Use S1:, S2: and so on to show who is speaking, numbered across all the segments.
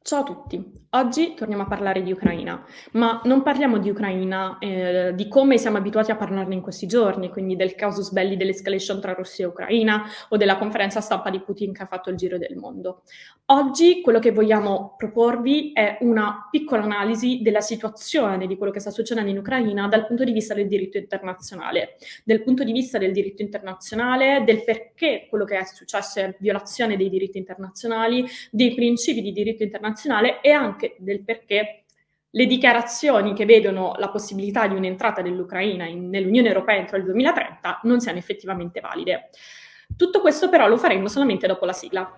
S1: Ciao a tutti, oggi torniamo a parlare di Ucraina, ma non parliamo di Ucraina, di come siamo abituati a parlarne in questi giorni, quindi del casus belli dell'escalation tra Russia e Ucraina o della conferenza stampa di Putin che ha fatto il giro del mondo. Oggi quello che vogliamo proporvi è una piccola analisi della situazione di quello che sta succedendo in Ucraina dal punto di vista del diritto internazionale, del punto di vista del diritto internazionale, del perché quello che è successo è violazione dei diritti internazionali, dei principi di diritto internazionale e anche del perché le dichiarazioni che vedono la possibilità di un'entrata dell'Ucraina nell'Unione Europea entro il 2030 non siano effettivamente valide. Tutto questo però lo faremo solamente dopo la sigla.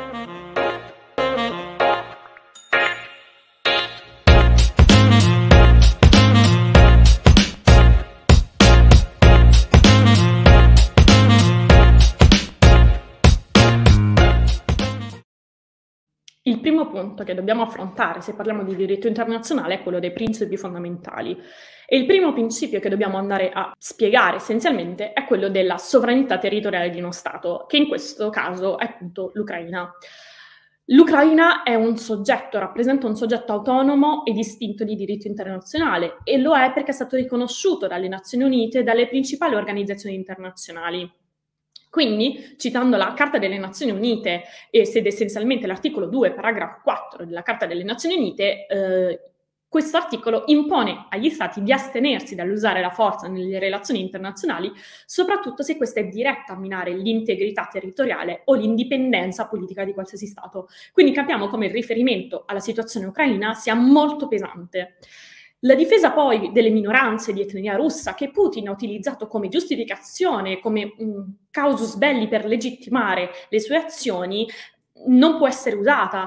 S1: Il primo punto che dobbiamo affrontare se parliamo di diritto internazionale è quello dei principi fondamentali. E il primo principio che dobbiamo andare a spiegare essenzialmente è quello della sovranità territoriale di uno Stato, che in questo caso è appunto l'Ucraina. L'Ucraina è un soggetto, rappresenta un soggetto autonomo e distinto di diritto internazionale e lo è perché è stato riconosciuto dalle Nazioni Unite e dalle principali organizzazioni internazionali. Quindi, citando la Carta delle Nazioni Unite ed essenzialmente l'articolo 2, paragrafo 4 della Carta delle Nazioni Unite, questo articolo impone agli Stati di astenersi dall'usare la forza nelle relazioni internazionali, soprattutto se questa è diretta a minare l'integrità territoriale o l'indipendenza politica di qualsiasi Stato. Quindi capiamo come il riferimento alla situazione ucraina sia molto pesante. La difesa poi delle minoranze di etnia russa che Putin ha utilizzato come giustificazione, come un casus belli per legittimare le sue azioni, non può essere usata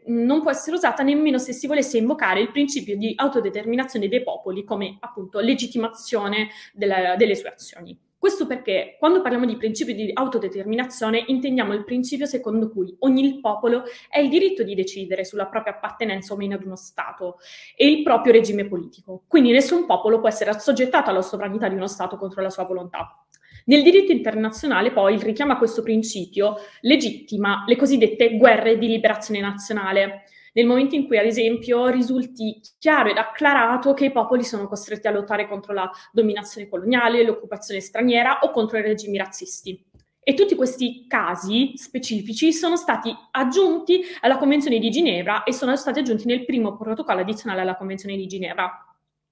S1: nemmeno se si volesse invocare il principio di autodeterminazione dei popoli come appunto legittimazione delle sue azioni. Questo perché quando parliamo di principio di autodeterminazione intendiamo il principio secondo cui ogni popolo ha il diritto di decidere sulla propria appartenenza o meno ad uno Stato e il proprio regime politico. Quindi nessun popolo può essere assoggettato alla sovranità di uno Stato contro la sua volontà. Nel diritto internazionale poi il richiamo a questo principio legittima le cosiddette guerre di liberazione nazionale, nel momento in cui, ad esempio, risulti chiaro ed acclarato che i popoli sono costretti a lottare contro la dominazione coloniale, l'occupazione straniera o contro i regimi razzisti. E tutti questi casi specifici sono stati aggiunti alla Convenzione di Ginevra e sono stati aggiunti nel primo protocollo addizionale alla Convenzione di Ginevra.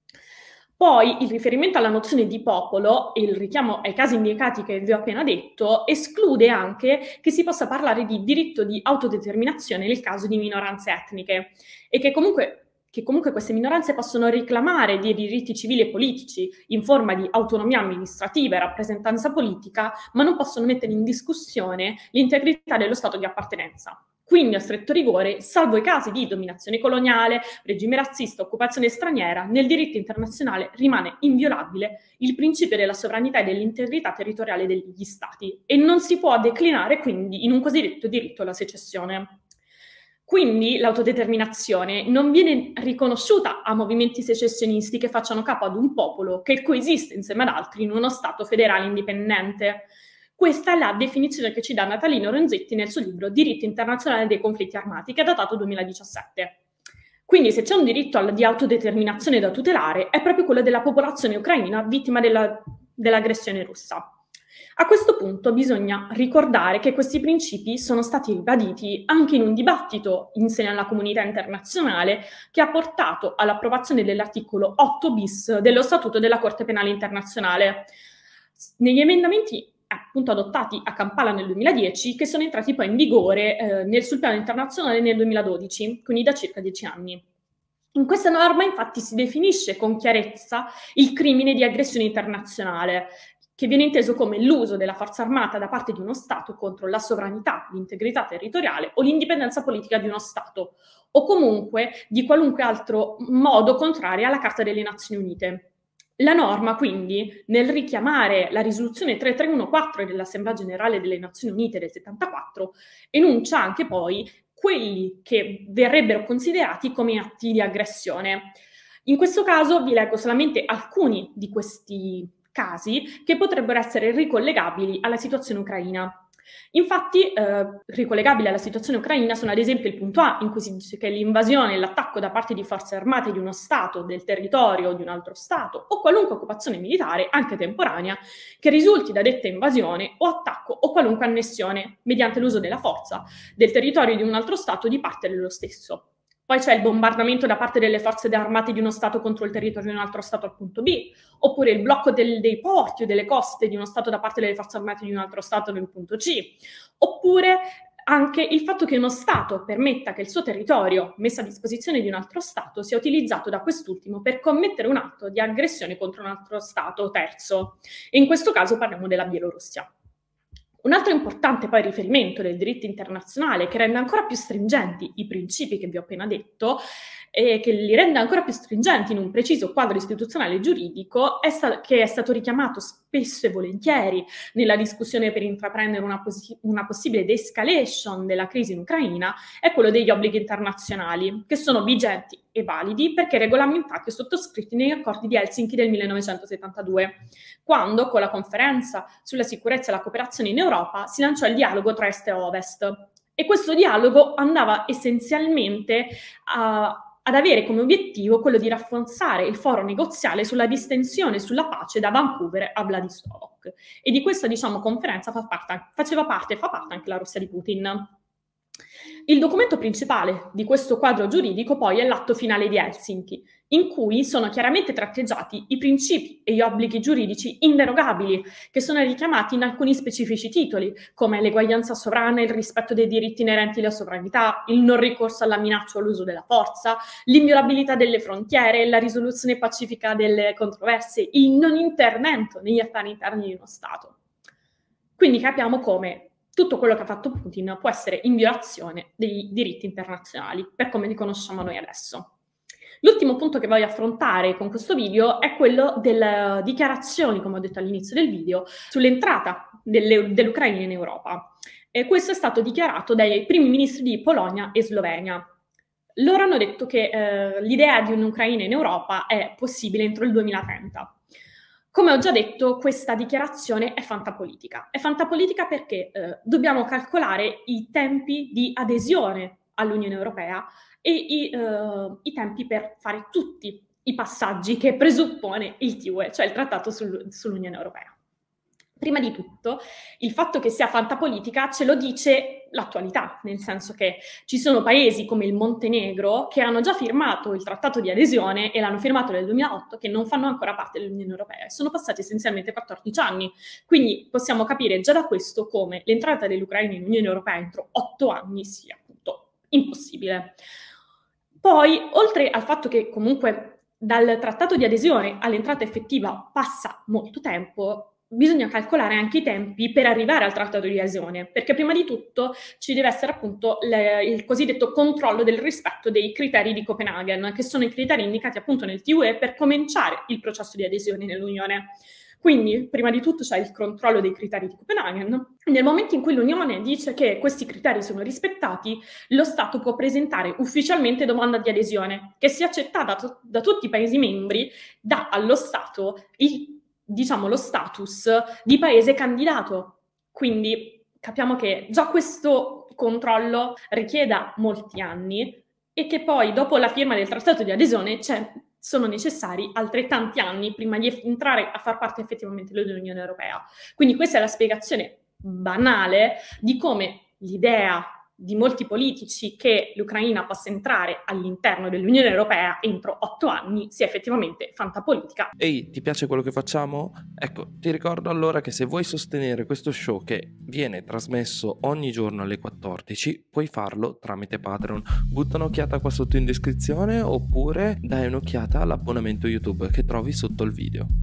S1: Poi il riferimento alla nozione di popolo e il richiamo ai casi indicati che vi ho appena detto esclude anche che si possa parlare di diritto di autodeterminazione nel caso di minoranze etniche e che comunque queste minoranze possono reclamare dei diritti civili e politici in forma di autonomia amministrativa e rappresentanza politica, ma non possono mettere in discussione l'integrità dello Stato di appartenenza. Quindi, a stretto rigore, salvo i casi di dominazione coloniale, regime razzista, occupazione straniera, nel diritto internazionale rimane inviolabile il principio della sovranità e dell'integrità territoriale degli Stati e non si può declinare quindi in un cosiddetto diritto alla secessione. Quindi l'autodeterminazione non viene riconosciuta a movimenti secessionisti che facciano capo ad un popolo che coesiste insieme ad altri in uno Stato federale indipendente. Questa è la definizione che ci dà Natalino Renzetti nel suo libro Diritto internazionale dei conflitti armati, che è datato 2017. Quindi se c'è un diritto di autodeterminazione da tutelare è proprio quello della popolazione ucraina vittima dell'aggressione russa. A questo punto bisogna ricordare che questi principi sono stati ribaditi anche in un dibattito in seno alla comunità internazionale che ha portato all'approvazione dell'articolo 8 bis dello Statuto della Corte Penale Internazionale. Negli emendamenti appunto adottati a Kampala nel 2010, che sono entrati poi in vigore sul piano internazionale nel 2012, quindi da circa 10 anni. In questa norma infatti si definisce con chiarezza il crimine di aggressione internazionale, che viene inteso come l'uso della forza armata da parte di uno Stato contro la sovranità, l'integrità territoriale o l'indipendenza politica di uno Stato, o comunque di qualunque altro modo contrario alla Carta delle Nazioni Unite. La norma, quindi, nel richiamare la risoluzione 3314 dell'Assemblea Generale delle Nazioni Unite del 74, enuncia anche poi quelli che verrebbero considerati come atti di aggressione. In questo caso vi leggo solamente alcuni di questi casi che potrebbero essere ricollegabili alla situazione ucraina. Infatti, ricollegabili alla situazione ucraina sono ad esempio il punto A, in cui si dice che l'invasione e l'attacco da parte di forze armate di uno Stato, del territorio di un altro Stato, o qualunque occupazione militare, anche temporanea, che risulti da detta invasione o attacco o qualunque annessione, mediante l'uso della forza, del territorio di un altro Stato di parte dello stesso. Poi c'è il bombardamento da parte delle forze armate di uno Stato contro il territorio di un altro Stato al punto B, oppure il blocco dei porti o delle coste di uno Stato da parte delle forze armate di un altro Stato nel punto C, oppure anche il fatto che uno Stato permetta che il suo territorio, messo a disposizione di un altro Stato, sia utilizzato da quest'ultimo per commettere un atto di aggressione contro un altro Stato terzo. E in questo caso parliamo della Bielorussia. Un altro importante poi riferimento del diritto internazionale che rende ancora più stringenti i principi che vi ho appena detto e che li rende ancora più stringenti in un preciso quadro istituzionale e giuridico che è stato richiamato spesso e volentieri nella discussione per intraprendere una possibile de-escalation della crisi in Ucraina, è quello degli obblighi internazionali, che sono vigenti e validi perché regolamentati e sottoscritti negli accordi di Helsinki del 1972, quando con la conferenza sulla sicurezza e la cooperazione in Europa si lanciò il dialogo tra Est e Ovest. E questo dialogo andava essenzialmente ad avere come obiettivo quello di rafforzare il foro negoziale sulla distensione e sulla pace da Vancouver a Vladivostok. E di questa, conferenza faceva parte e fa parte anche la Russia di Putin. Il documento principale di questo quadro giuridico poi è l'atto finale di Helsinki, in cui sono chiaramente tratteggiati i principi e gli obblighi giuridici inderogabili, che sono richiamati in alcuni specifici titoli, come l'eguaglianza sovrana, il rispetto dei diritti inerenti alla sovranità, il non ricorso alla minaccia o all'uso della forza, l'inviolabilità delle frontiere, la risoluzione pacifica delle controversie, il non intervento negli affari interni di uno Stato. Quindi capiamo come tutto quello che ha fatto Putin può essere in violazione dei diritti internazionali, per come li conosciamo noi adesso. L'ultimo punto che voglio affrontare con questo video è quello delle dichiarazioni, come ho detto all'inizio del video, sull'entrata dell'Ucraina in Europa. Questo è stato dichiarato dai primi ministri di Polonia e Slovenia. Loro hanno detto che l'idea di un'Ucraina in Europa è possibile entro il 2030. Come ho già detto, questa dichiarazione è fantapolitica. È fantapolitica perché dobbiamo calcolare i tempi di adesione all'Unione Europea e i tempi per fare tutti i passaggi che presuppone il TUE, cioè il Trattato sull'Unione Europea. Prima di tutto, il fatto che sia fantapolitica ce lo dice l'attualità, nel senso che ci sono paesi come il Montenegro che hanno già firmato il trattato di adesione e l'hanno firmato nel 2008, che non fanno ancora parte dell'Unione Europea. Sono passati essenzialmente 14 anni, quindi possiamo capire già da questo come l'entrata dell'Ucraina in Unione Europea entro 8 anni sia appunto impossibile. Poi, oltre al fatto che comunque dal trattato di adesione all'entrata effettiva passa molto tempo, bisogna calcolare anche i tempi per arrivare al trattato di adesione, perché prima di tutto ci deve essere appunto il cosiddetto controllo del rispetto dei criteri di Copenaghen, che sono i criteri indicati appunto nel TUE per cominciare il processo di adesione nell'Unione. Quindi, prima di tutto c'è il controllo dei criteri di Copenaghen. Nel momento in cui l'Unione dice che questi criteri sono rispettati, lo Stato può presentare ufficialmente domanda di adesione, che sia accettata da tutti i Paesi membri, dà allo Stato lo status di paese candidato. Quindi capiamo che già questo controllo richieda molti anni e che poi dopo la firma del trattato di adesione sono necessari altrettanti anni prima di entrare a far parte effettivamente dell'Unione Europea. Quindi questa è la spiegazione banale di come l'idea di molti politici che l'Ucraina possa entrare all'interno dell'Unione Europea entro 8 anni sia effettivamente fantapolitica.
S2: Ehi, ti piace quello che facciamo? Ecco, ti ricordo allora che se vuoi sostenere questo show che viene trasmesso ogni giorno alle 14, puoi farlo tramite Patreon. Butta un'occhiata qua sotto in descrizione oppure dai un'occhiata all'abbonamento YouTube che trovi sotto il video.